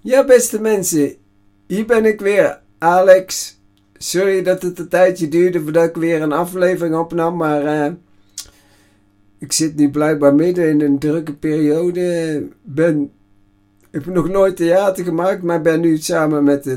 Ja, beste mensen, hier ben ik weer, Alex. Sorry dat het een tijdje duurde voordat ik weer een aflevering opnam, maar ik zit nu blijkbaar midden in een drukke periode. Ik heb nog nooit theater gemaakt, maar ben nu samen met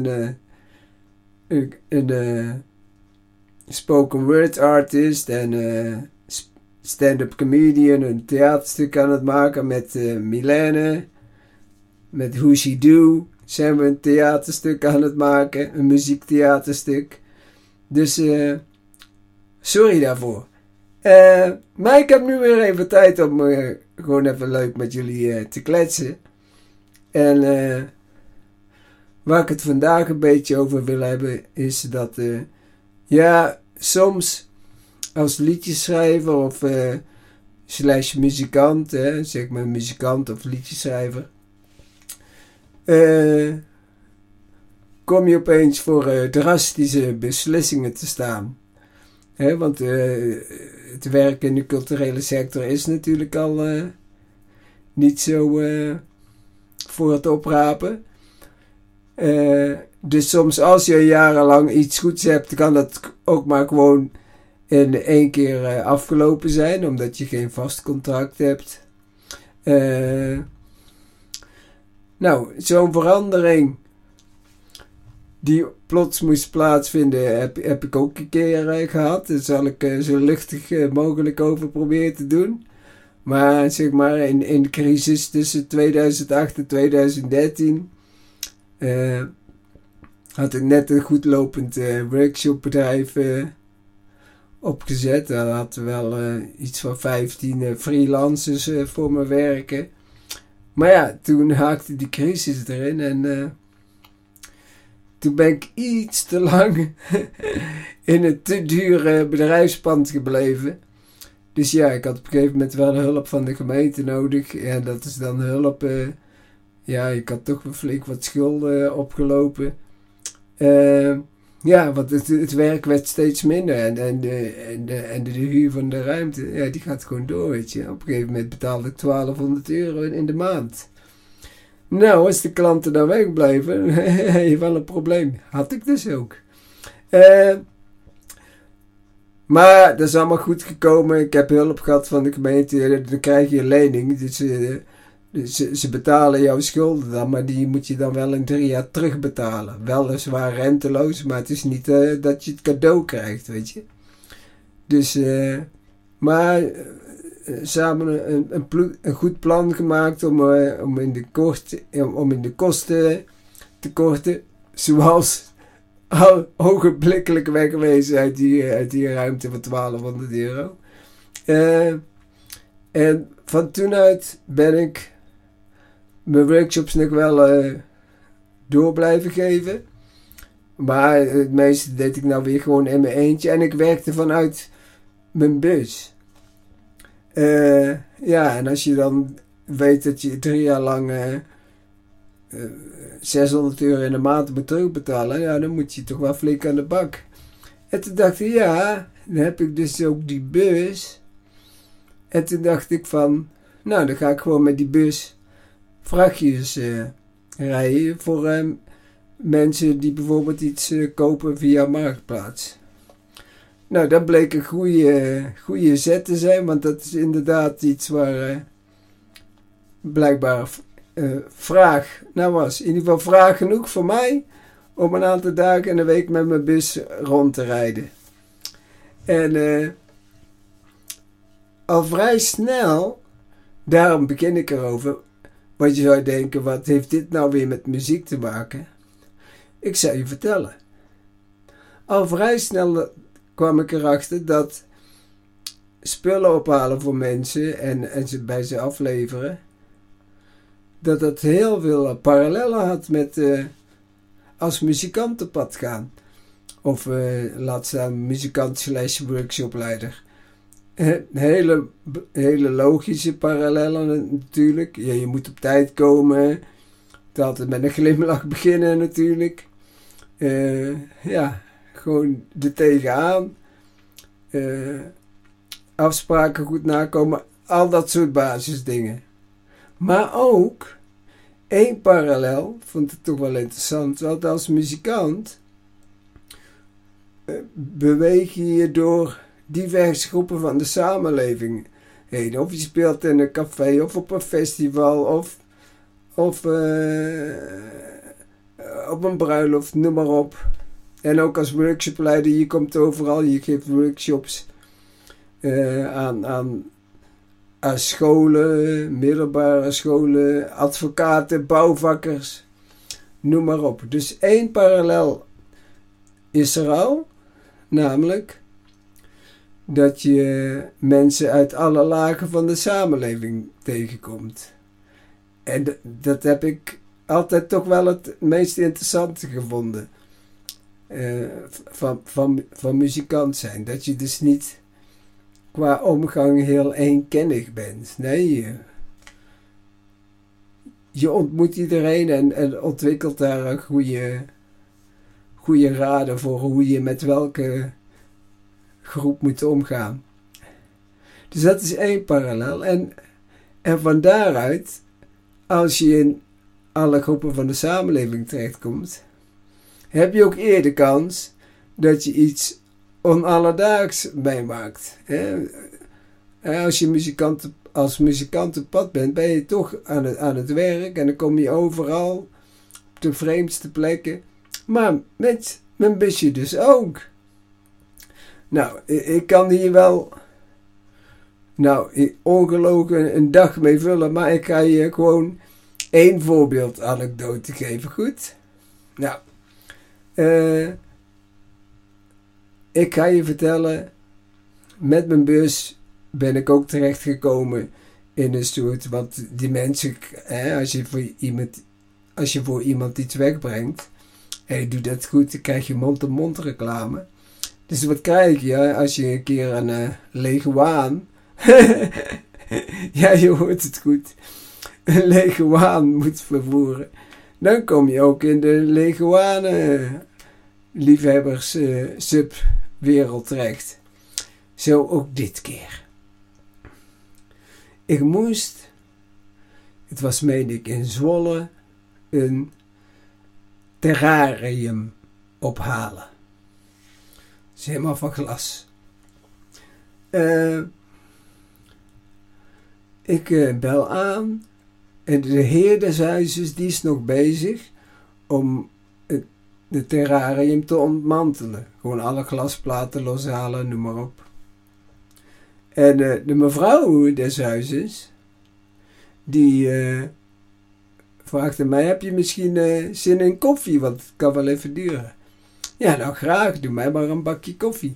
een spoken word artist en stand-up comedian een theaterstuk aan het maken met Milene. Met Who She Do zijn we een theaterstuk aan het maken. Een muziektheaterstuk. Dus sorry daarvoor. Maar ik heb nu weer even tijd om gewoon even leuk met jullie te kletsen. En waar ik het vandaag een beetje over wil hebben is dat soms als liedjeschrijver of slash muzikant, zeg maar muzikant of liedjeschrijver, kom je opeens voor drastische beslissingen te staan. Want het werk in de culturele sector is natuurlijk al niet zo voor het oprapen. Dus soms als je jarenlang iets goeds hebt, kan dat ook maar gewoon in één keer afgelopen zijn, omdat je geen vast contract hebt. Nou, zo'n verandering die plots moest plaatsvinden, heb ik ook een keer gehad. Daar zal ik zo luchtig mogelijk over proberen te doen. Maar zeg maar in de crisis tussen 2008 en 2013 had ik net een goed lopend workshopbedrijf opgezet. Daar hadden wel iets van 15 freelancers voor me werken. Maar ja, toen haakte die crisis erin en toen ben ik iets te lang in een te dure bedrijfspand gebleven. Dus ja, ik had op een gegeven moment wel hulp van de gemeente nodig. En dat is dan hulp. Ik had toch wel flink wat schulden opgelopen. Want het werk werd steeds minder. En de huur van de ruimte, ja, die gaat gewoon door, weet je. Op een gegeven moment betaalde ik €1200 in de maand. Nou, als de klanten dan wegblijven, heb je wel een probleem. Had ik dus ook. Maar dat is allemaal goed gekomen. Ik heb hulp gehad van de gemeente. Dan krijg je een lening. Dus ze betalen jouw schulden dan. Maar die moet je dan wel in 3 jaar terugbetalen. Weliswaar renteloos. Maar het is niet dat je het cadeau krijgt, weet je. Dus, samen een goed plan gemaakt om in de kosten te korten. Zoals al ogenblikkelijk wegwezen uit die ruimte van €1200. En van toen uit ben ik mijn workshops nog wel door blijven geven. Maar het meeste deed ik nou weer gewoon in mijn eentje. En ik werkte vanuit mijn bus. En als je dan weet dat je 3 jaar lang €600 in de maand moet terugbetalen, ja, dan moet je toch wel flink aan de bak. En toen dacht ik, ja, dan heb ik dus ook die bus. En toen dacht ik van, nou, dan ga ik gewoon met die bus vrachtjes rijden voor mensen die bijvoorbeeld iets kopen via Marktplaats. Nou, dat bleek een goede zet te zijn, want dat is inderdaad iets waar blijkbaar vraag naar was. In ieder geval vraag genoeg voor mij om een aantal dagen in de week met mijn bus rond te rijden. En al vrij snel, daarom begin ik erover, want je zou denken, wat heeft dit nou weer met muziek te maken? Ik zal je vertellen. Al vrij snel kwam ik erachter dat spullen ophalen voor mensen en ze bij ze afleveren, dat heel veel parallellen had met als muzikant op pad gaan. Of laat staan muzikant / workshopleider. Hele logische parallellen natuurlijk. Ja, je moet op tijd komen. Het altijd met een glimlach beginnen natuurlijk. Gewoon er tegenaan. Afspraken goed nakomen. Al dat soort basisdingen. Maar ook één parallel, vond ik toch wel interessant, want als muzikant beweeg je je door diverse groepen van de samenleving heen. Of je speelt in een café, of op een festival, of op een bruiloft, noem maar op. En ook als workshopleider, je komt overal, je geeft workshops aan scholen, middelbare scholen, advocaten, bouwvakkers, noem maar op. Dus één parallel is er al, namelijk dat je mensen uit alle lagen van de samenleving tegenkomt. En dat heb ik altijd toch wel het meest interessante gevonden van muzikant zijn. Dat je dus niet qua omgang heel eenkennig bent. Nee, je ontmoet iedereen en ontwikkelt daar een goede raden voor hoe je met welke groep moet omgaan. Dus dat is één parallel. En van daaruit, als je in alle groepen van de samenleving terechtkomt, heb je ook eerder kans dat je iets onalledaags meemaakt. Als je als muzikant op pad bent, ben je toch aan het werk en dan kom je overal op de vreemdste plekken. Maar met mijn busje dus ook. Nou, ik kan hier wel ongelogen een dag mee vullen, maar ik ga je gewoon één voorbeeld anekdote geven, goed? Nou, ik ga je vertellen, met mijn bus ben ik ook terechtgekomen in een soort, want die mensen, als je voor iemand iets wegbrengt en je doet dat goed, dan krijg je mond-to-mond reclame. Dus wat krijg je als je een keer een lege waan, ja, je hoort het goed, een lege waan moet vervoeren, dan kom je ook in de lege wanen liefhebbers subwereld terecht. Zo ook dit keer. Ik moest, het was meen ik in Zwolle, een terrarium ophalen. Het is helemaal van glas. Ik bel aan en de heer des huizes die is nog bezig om de terrarium te ontmantelen. Gewoon alle glasplaten loshalen, noem maar op. En de mevrouw des huizes, die vraagde mij, heb je misschien zin in koffie? Want het kan wel even duren. Ja, nou graag, doe mij maar een bakje koffie.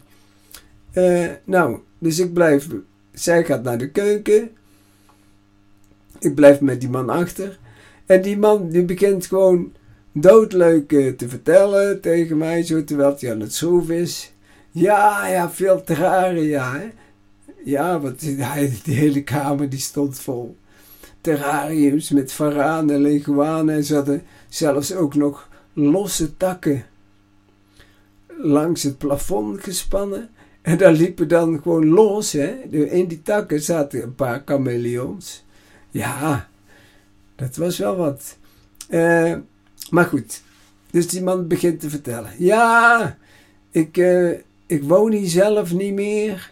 Dus ik blijf, zij gaat naar de keuken. Ik blijf met die man achter. En die man die begint gewoon doodleuk te vertellen tegen mij, zo terwijl hij aan het schroeven is. Ja, veel terraria, hè. Ja, want de hele kamer die stond vol terrariums met varanen, leguanen en ze hadden zelfs ook nog losse takken langs het plafond gespannen. En daar liepen dan gewoon los, hè. In die takken zaten een paar chameleons. Ja, dat was wel wat. Maar goed, dus die man begint te vertellen. Ja, ik woon hier zelf niet meer.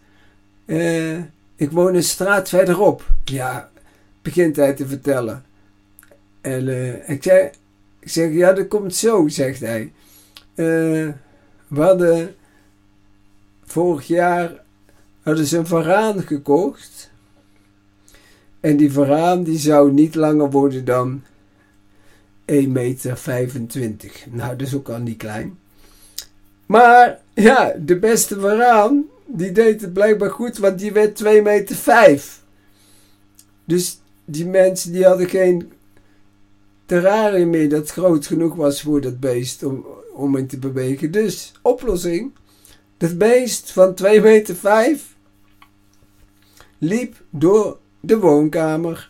Ik woon een straat verderop. Ja, begint hij te vertellen. En ik zeg, ja, dat komt zo, zegt hij. We hadden vorig jaar ze een varaan gekocht. En die varaan die zou niet langer worden dan 1,25 meter. Nou, dat is ook al niet klein. Maar ja, de beste varaan, die deed het blijkbaar goed, want die werd 2,5 meter. Dus die mensen die hadden geen terrarium meer dat groot genoeg was voor dat beest om in te bewegen. Dus, oplossing. Dat beest van 2,5 meter liep door de woonkamer.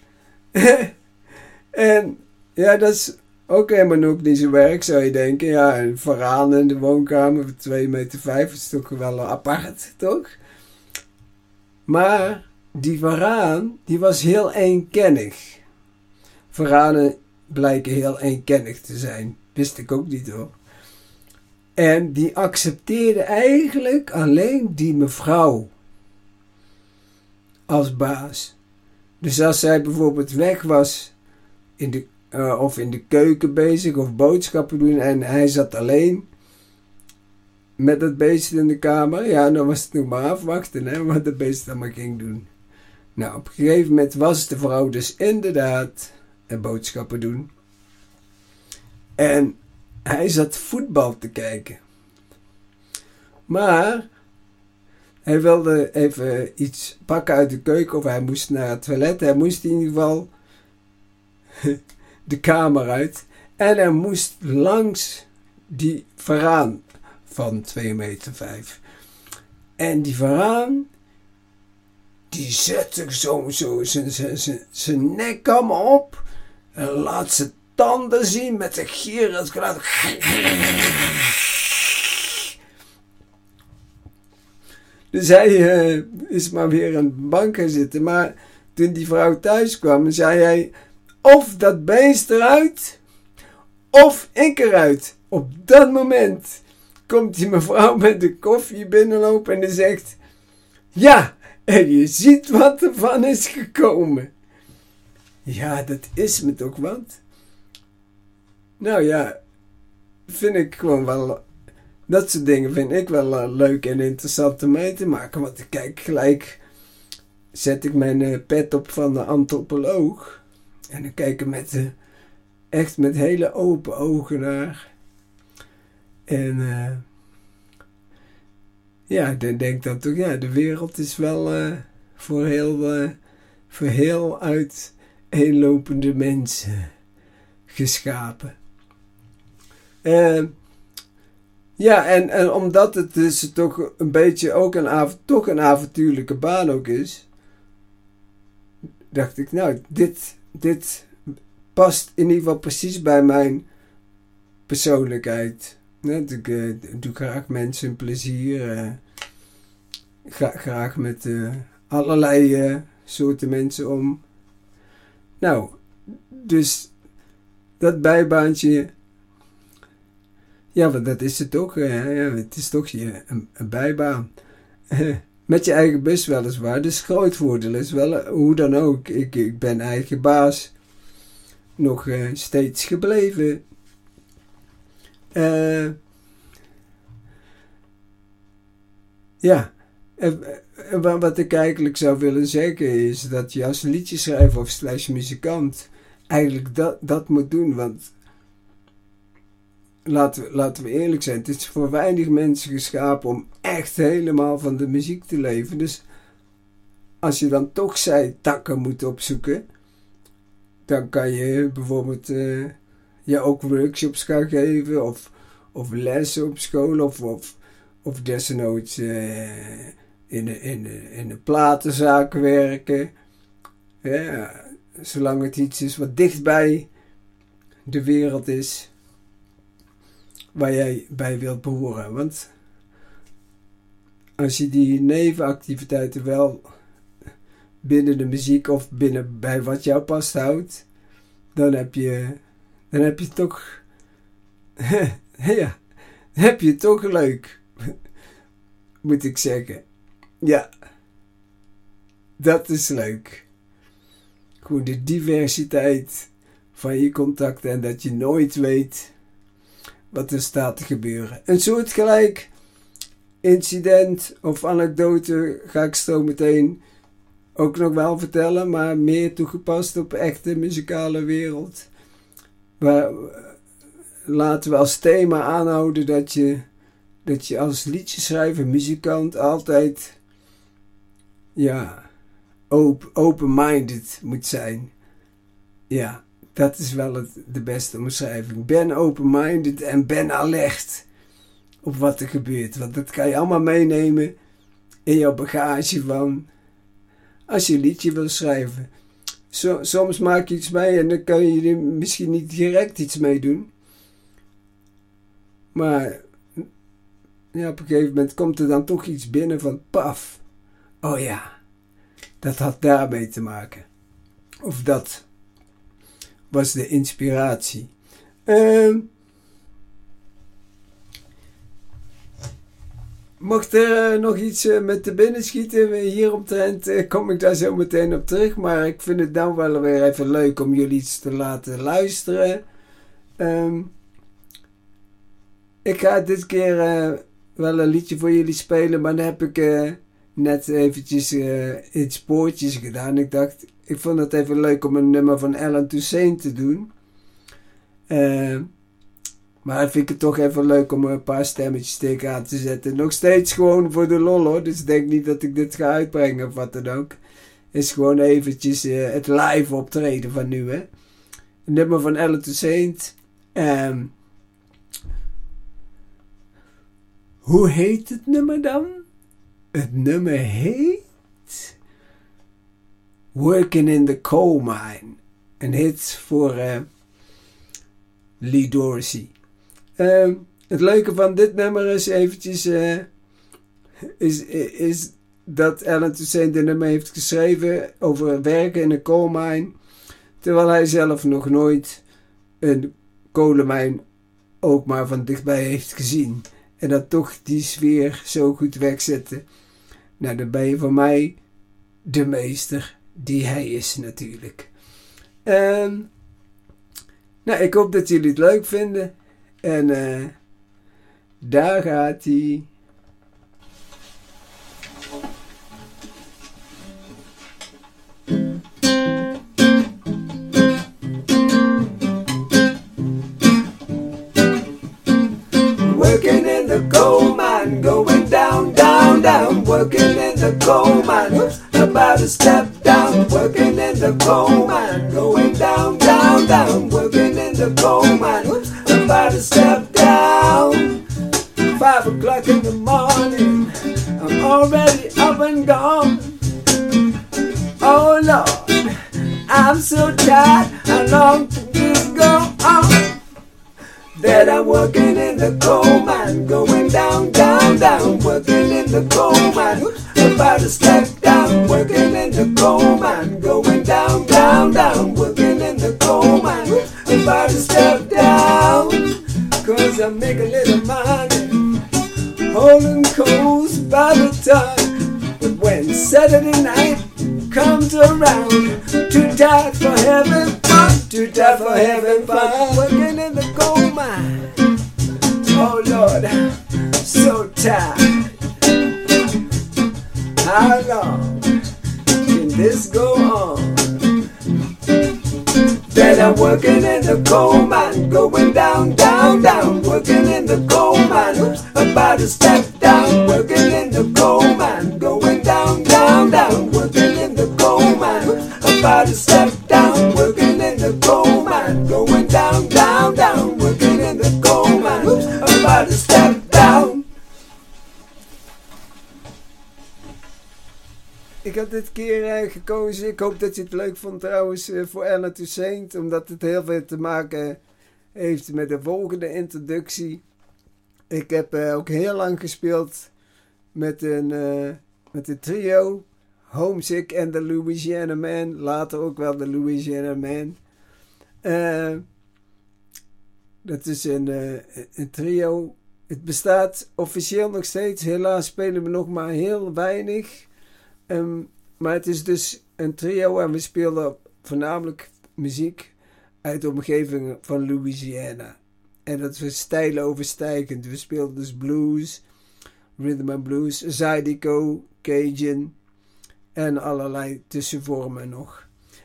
En ja, dat is ook helemaal ook niet zo werk, zou je denken. Ja, een varaan in de woonkamer van 2,5 meter is toch wel apart, toch? Maar die varaan, die was heel eenkennig. varanen blijken heel eenkennig te zijn. Wist ik ook niet hoor. En die accepteerde eigenlijk alleen die mevrouw als baas. Dus als zij bijvoorbeeld weg was of in de keuken bezig of boodschappen doen en hij zat alleen met het beest in de kamer, ja, dan was het nog maar afwachten, hè, wat het beest allemaal ging doen. Nou, op een gegeven moment was de vrouw dus inderdaad boodschappen doen. En hij zat voetbal te kijken. Maar hij wilde even iets pakken uit de keuken of hij moest naar het toilet. Hij moest in ieder geval de kamer uit. En hij moest langs die varaan van 2,5 meter. En die varaan, die zette zo zijn nek allemaal op. En laat zijn tanden zien met een gierend geluid. Dus hij is maar weer aan de bank gaan zitten. Maar toen die vrouw thuis kwam, zei hij, of dat beest eruit, of ik eruit. Op dat moment komt die mevrouw met de koffie binnenlopen en die zegt, ja, en je ziet wat er van is gekomen. Ja, dat is me toch wat. Nou ja, vind ik gewoon wel, dat soort dingen vind ik wel leuk en interessant om mee te maken. Want ik kijk gelijk, zet ik mijn pet op van de antropoloog. En dan kijk ik echt met hele open ogen naar. En ja, dan denk ik dan toch, ja, de wereld is wel voor heel uiteenlopende mensen geschapen. Ja, en omdat het dus toch een beetje ook een avontuurlijke baan ook is, dacht ik, nou, dit past in ieder geval precies bij mijn persoonlijkheid. Ik doe graag mensen een plezier. Graag met allerlei soorten mensen om. Nou, dus dat bijbaantje, ja, want dat is het toch. Het is toch een bijbaan. Met je eigen bus weliswaar. Dus groot voordeel is wel, hoe dan ook. Ik ben eigen baas. Nog steeds gebleven. Ja. Wat ik eigenlijk zou willen zeggen is dat je als liedjeschrijver of /muzikant eigenlijk dat moet doen. Want laten we eerlijk zijn, het is voor weinig mensen geschapen om echt helemaal van de muziek te leven. Dus als je dan toch zijtakken moet opzoeken, dan kan je bijvoorbeeld ook workshops gaan geven of lessen op school of desnoods in een platenzaak werken. Ja, zolang het iets is wat dichtbij de wereld is waar jij bij wilt behoren. Want als je die nevenactiviteiten wel binnen de muziek of binnen bij wat jou past houdt, dan heb je toch ja, dan heb je het toch leuk, moet ik zeggen. Ja, dat is leuk. Gewoon de diversiteit van je contacten en dat je nooit weet wat er staat te gebeuren. Een soortgelijk incident of anekdote ga ik zo meteen ook nog wel vertellen, maar meer toegepast op echte muzikale wereld. Maar laten we als thema aanhouden dat je als liedjeschrijver, muzikant altijd open-minded moet zijn. Ja, dat is wel de beste omschrijving. Ben open-minded en ben alert op wat er gebeurt. Want dat kan je allemaal meenemen in jouw bagage van als je een liedje wil schrijven. Soms maak je iets mee en dan kan je er misschien niet direct iets mee doen. Maar ja, op een gegeven moment komt er dan toch iets binnen van paf. Oh ja, dat had daarmee te maken. Of was de inspiratie. Mocht er nog iets met te binnen schieten hieromtrent, kom ik daar zo meteen op terug. Maar ik vind het dan wel weer even leuk om jullie iets te laten luisteren. Ik ga dit keer wel een liedje voor jullie spelen, maar dan heb ik net eventjes iets spoortjes gedaan. Ik vond het even leuk om een nummer van Allen Toussaint te doen. Maar dan vind ik het toch even leuk om een paar stemmetjes tegenaan te zetten. Nog steeds gewoon voor de lol hoor. Dus ik denk niet dat ik dit ga uitbrengen of wat dan ook. Is gewoon eventjes het live optreden van nu. Hè. Een nummer van Allen Toussaint. Hoe heet het nummer dan? Het nummer heet Working in the Coal Mine. Een hit voor Lee Dorsey. Het leuke van dit nummer is eventjes is dat Allen Toussaint een nummer heeft geschreven over werken in een koolmijn, terwijl hij zelf nog nooit een kolenmijn ook maar van dichtbij heeft gezien. En dat toch die sfeer zo goed wegzetten. Nou, dan ben je voor mij de meester die hij is natuurlijk. Nou, ik hoop dat jullie het leuk vinden. En daar gaat hij. Working in the coal mine, going down, down, down. Working in the coal mine, oops, about to step down. Working in the coal mine, going down, down, down. Working in the coal mine, oops, about to step down. 5 o'clock in the morning, I'm already up and gone. Oh Lord, I'm so tired, how long can this go on? That I'm working in the coal mine, going down, down, down. Working in the coal mine, about to step down. Working in the coal mine, going down, down, down. Working in the coal mine, about to step down. Cause I make a little money, holding coals by the ton. But when Saturday night comes around, too tired for having fun, too tired for having fun. Working in the coal mine, oh Lord, I'm so tired. How long can this go on? That I'm working in the coal mine, going down, down, down. Working in the coal mine, oops, about to step down. Working in the coal mine, going down, down, down. Working in the coal mine, oops, about to step down. Working in the coal mine, going down, down, down. Working in the coal mine, oops, about to step down. Ik had dit keer gekozen. Ik hoop dat je het leuk vond trouwens voor Allen Toussaint. Omdat het heel veel te maken heeft met de volgende introductie. Ik heb ook heel lang gespeeld met een trio. Homesick en de Louisiana Man. Later ook wel de Louisiana Man. Dat is een trio. Het bestaat officieel nog steeds. Helaas spelen we nog maar heel weinig. Maar het is dus een trio en we speelden voornamelijk muziek uit de omgeving van Louisiana. En dat was stijloverstijgend. We speelden dus blues, rhythm and blues, zydeco, Cajun en allerlei tussenvormen nog.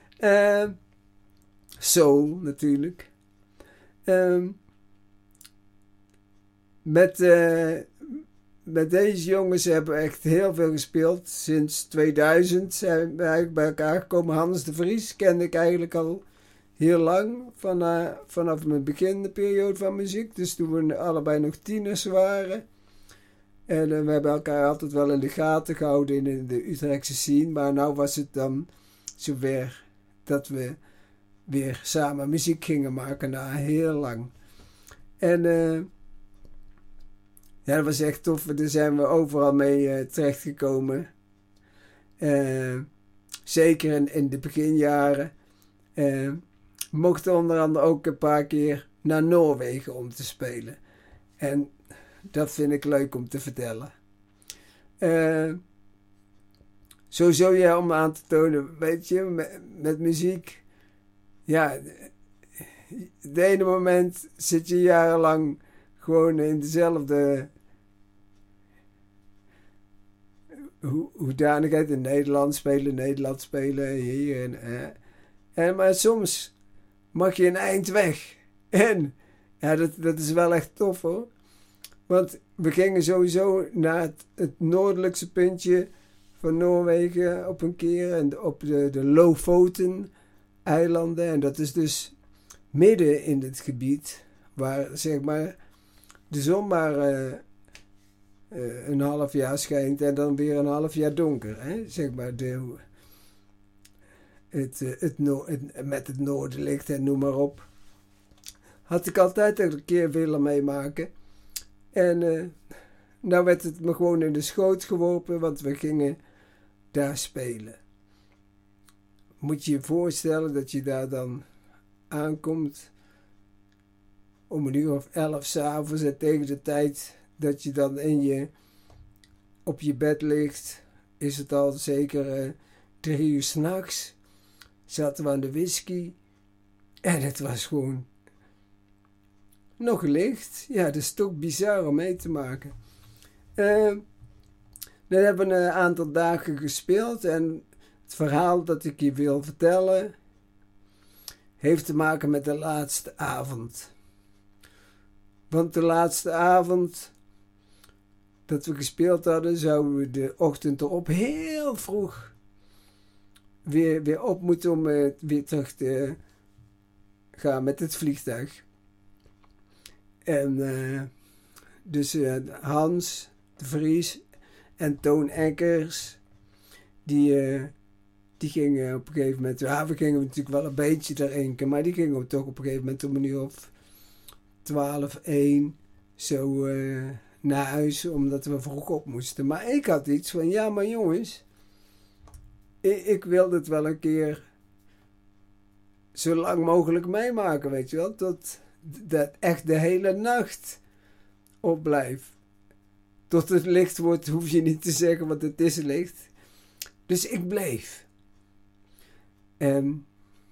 Soul natuurlijk. Met deze jongens hebben we echt heel veel gespeeld. Sinds 2000 zijn we eigenlijk bij elkaar gekomen. Hans de Vries kende ik eigenlijk al heel lang. Vanaf mijn beginperiode van muziek. Dus toen we allebei nog tieners waren. En we hebben elkaar altijd wel in de gaten gehouden in de Utrechtse scene. Maar nou was het dan zover dat we weer samen muziek gingen maken na heel lang. En ja, dat was echt tof. Daar zijn we overal mee terechtgekomen. Zeker in de beginjaren. We mochten onder andere ook een paar keer naar Noorwegen om te spelen. En dat vind ik leuk om te vertellen. Sowieso ja, om aan te tonen, weet je, met muziek. Ja, het ene moment zit je jarenlang gewoon in dezelfde hoedanigheid in Nederland spelen hier. Maar soms mag je een eind weg. En ja, dat is wel echt tof hoor. Want we gingen sowieso naar het noordelijkste puntje van Noorwegen op een keer. En op de Lofoten-eilanden. En dat is dus midden in het gebied waar zeg maar de zon maar een half jaar schijnt en dan weer een half jaar donker. Hè? Zeg maar met het noordenlicht en noem maar op. Had ik altijd een keer willen meemaken. En nou werd het me gewoon in de schoot geworpen, want we gingen daar spelen. Moet je je voorstellen dat je daar dan aankomt om 11:00 s'avonds en tegen de tijd dat je dan op je bed ligt, is het al zeker 3 uur 's nachts. Zaten we aan de whisky en het was gewoon nog licht. Ja, dat is toch bizar om mee te maken. We hebben een aantal dagen gespeeld en het verhaal dat ik je wil vertellen heeft te maken met de laatste avond. Want de laatste avond dat we gespeeld hadden, zouden we de ochtend erop heel vroeg weer op moeten om weer terug te gaan met het vliegtuig. En dus Hans de Vries en Toon Eckers, die gingen op een gegeven moment, ja, we gingen natuurlijk wel een beetje drinken, maar die gingen toch op een gegeven moment om 12:01 zo naar huis, omdat we vroeg op moesten. Maar ik had iets van, ja maar jongens, ik wil dit wel een keer zo lang mogelijk meemaken, weet je wel, tot dat echt de hele nacht opblijft. Tot het licht wordt, hoef je niet te zeggen, want het is licht. Dus ik bleef. En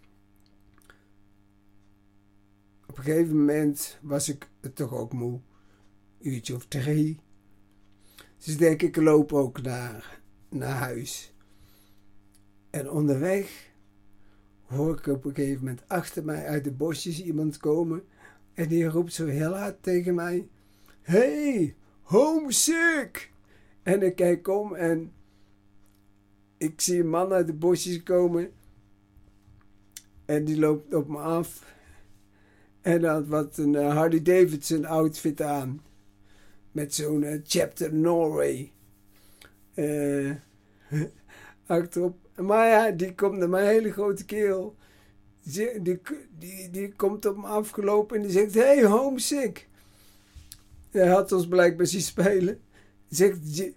op een gegeven moment was ik toch ook moe. 3:00. Dus denk ik loop ook naar huis. En onderweg hoor ik op een gegeven moment achter mij uit de bosjes iemand komen. En die roept zo heel hard tegen mij: "Hey, homesick!" En ik kijk om en ik zie een man uit de bosjes komen. En die loopt op me af. En had wat een Harley Davidson outfit aan. Met zo'n Chapter Norway achterop. Maar ja, die komt naar mijn hele grote kerel. Die komt op me afgelopen en die zegt: "Hey, homesick." Hij had ons blijkbaar zien spelen. Hij zegt: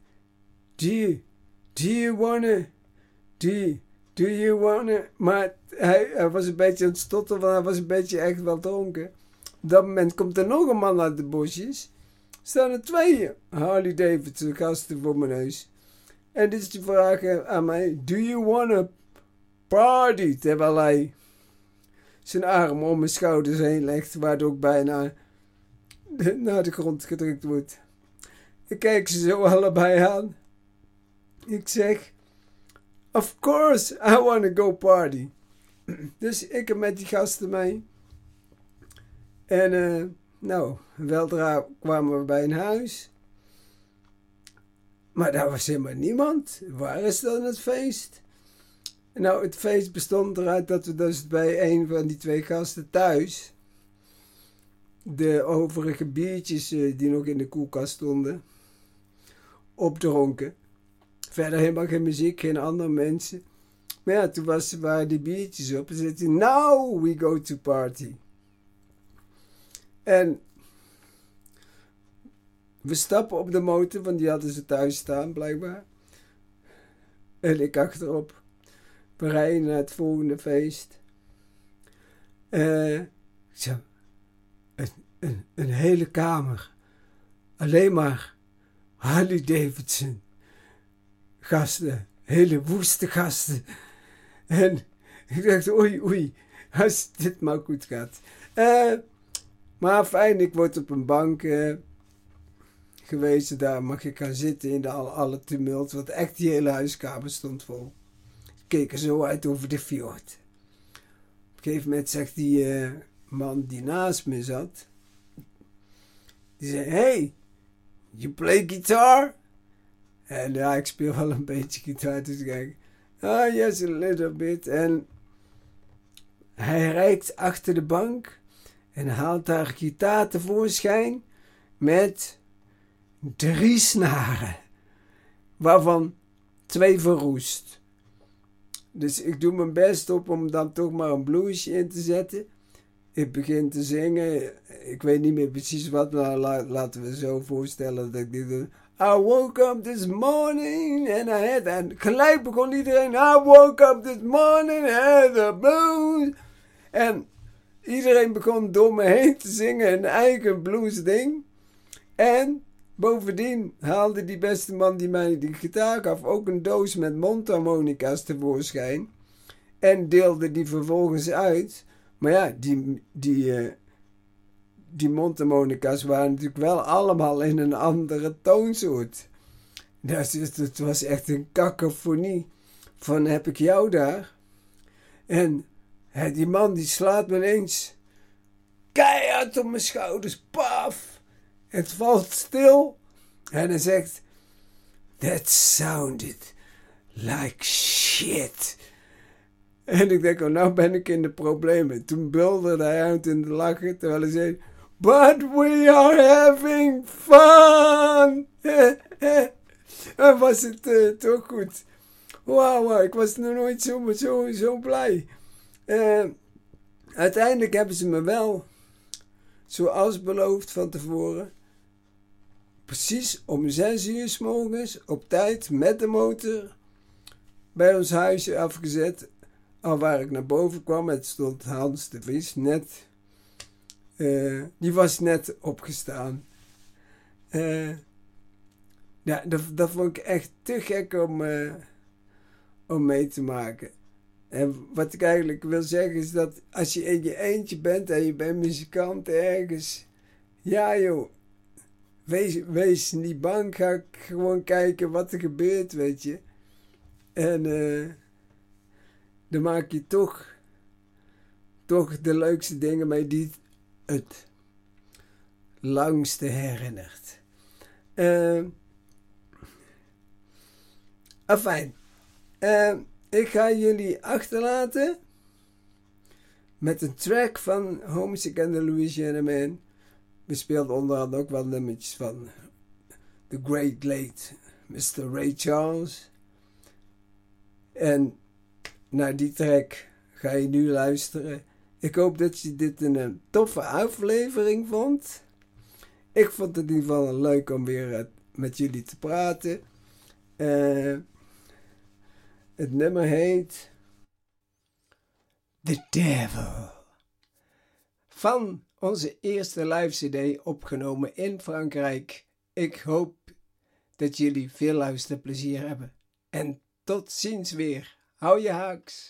Do you wanna... Maar hij was een beetje aan het stotteren, want hij was een beetje echt wel dronken. Op dat moment komt er nog een man uit de bosjes. Staan er 2 Harley Davidson gasten voor mijn neus. En dit is de vraag aan mij: "Do you wanna party?" Terwijl hij zijn arm om mijn schouders heen legt, waardoor ik bijna naar de grond gedrukt wordt. Ik kijk ze zo allebei aan. Ik zeg: "Of course, I wanna go party." Dus ik heb met die gasten mee. En weldra kwamen we bij een huis. Maar daar was helemaal niemand. Waar is dan het feest? Nou, het feest bestond eruit dat we dus bij een van die 2 gasten thuis de overige biertjes die nog in de koelkast stonden opdronken. Verder helemaal geen muziek, geen andere mensen. Maar ja, toen waren die biertjes op en zei hij: "Now we go to party." En we stappen op de motor, want die hadden ze thuis staan blijkbaar. En ik achterop. We rijden naar het volgende feest. Zo, een hele kamer. Alleen maar Harley Davidson gasten. Hele woeste gasten. En ik dacht, oei, als dit maar goed gaat. Maar fijn, ik word op een bank gewezen. Daar mag ik gaan zitten in alle tumult. Want echt die hele huiskamer stond vol. Ik keek er zo uit over de fjord. Op een gegeven moment zegt die man die naast me zat. Die zei, hey, you play guitar? En ja, ik speel wel een beetje gitaar. Dus ik kijk, yes, a little bit. En hij reikt achter de bank en haalt daar gitaar tevoorschijn met 3 snaren, waarvan 2 verroest. Dus ik doe mijn best op om dan toch maar een bluesje in te zetten. Ik begin te zingen. Ik weet niet meer precies wat, maar laten we zo voorstellen dat ik dit doe. I woke up this morning en gelijk begon iedereen. I woke up this morning and I had the blues. En iedereen begon door me heen te zingen een eigen blues ding. En bovendien haalde die beste man die mij die gitaar gaf ook een doos met mondharmonica's tevoorschijn. En deelde die vervolgens uit. Maar ja, die mondharmonica's waren natuurlijk wel allemaal in een andere toonsoort. Dus het was echt een kakofonie van heb ik jou daar. En die man die slaat me ineens keihard op mijn schouders. Paf! Het valt stil. En hij zegt, that sounded like shit. En ik denk, nou ben ik in de problemen. Toen bulderde hij uit in de lachen, terwijl hij zei, but we are having fun. En was het toch goed. Wauw, ik was nog nooit zo blij. Uiteindelijk hebben ze me wel, zoals beloofd van tevoren, precies om 6 uur 's morgens op tijd met de motor bij ons huisje afgezet. Al waar ik naar boven kwam, het stond Hans de Vries net. Die was net opgestaan. Ja, dat vond ik echt te gek om mee te maken. En wat ik eigenlijk wil zeggen is dat als je in je eentje bent en je bent muzikant ergens. Ja joh, wees niet bang, ga gewoon kijken wat er gebeurt, weet je. En dan maak je toch de leukste dingen mee die het langste herinnert. Afijn. Ik ga jullie achterlaten met een track van Homesick and the Louisiana Man. We speelden onder andere ook wel nummertjes van The Great Late Mr. Ray Charles. En naar die track ga je nu luisteren. Ik hoop dat je dit een toffe aflevering vond. Ik vond het in ieder geval leuk om weer met jullie te praten. Het nummer heet The Devil. Van onze eerste live CD opgenomen in Frankrijk. Ik hoop dat jullie veel luisterplezier hebben. En tot ziens weer. Hou je haaks.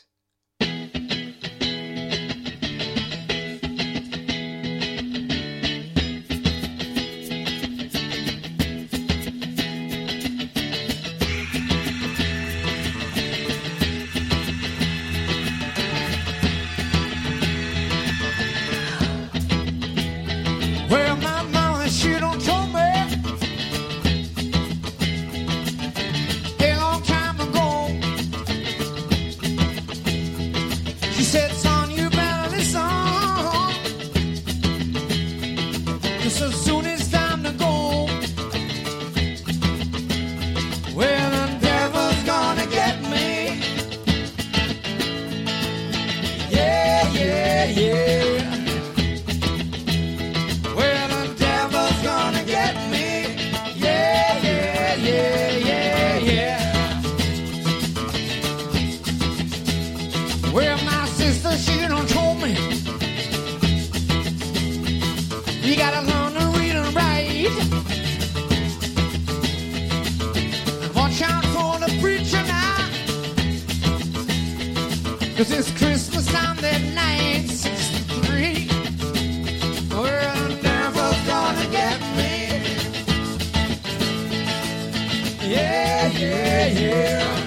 Well, my sister, she 'Cause it's Christmas on that night, 63. Well, the devil's gonna get me. Yeah, yeah, yeah.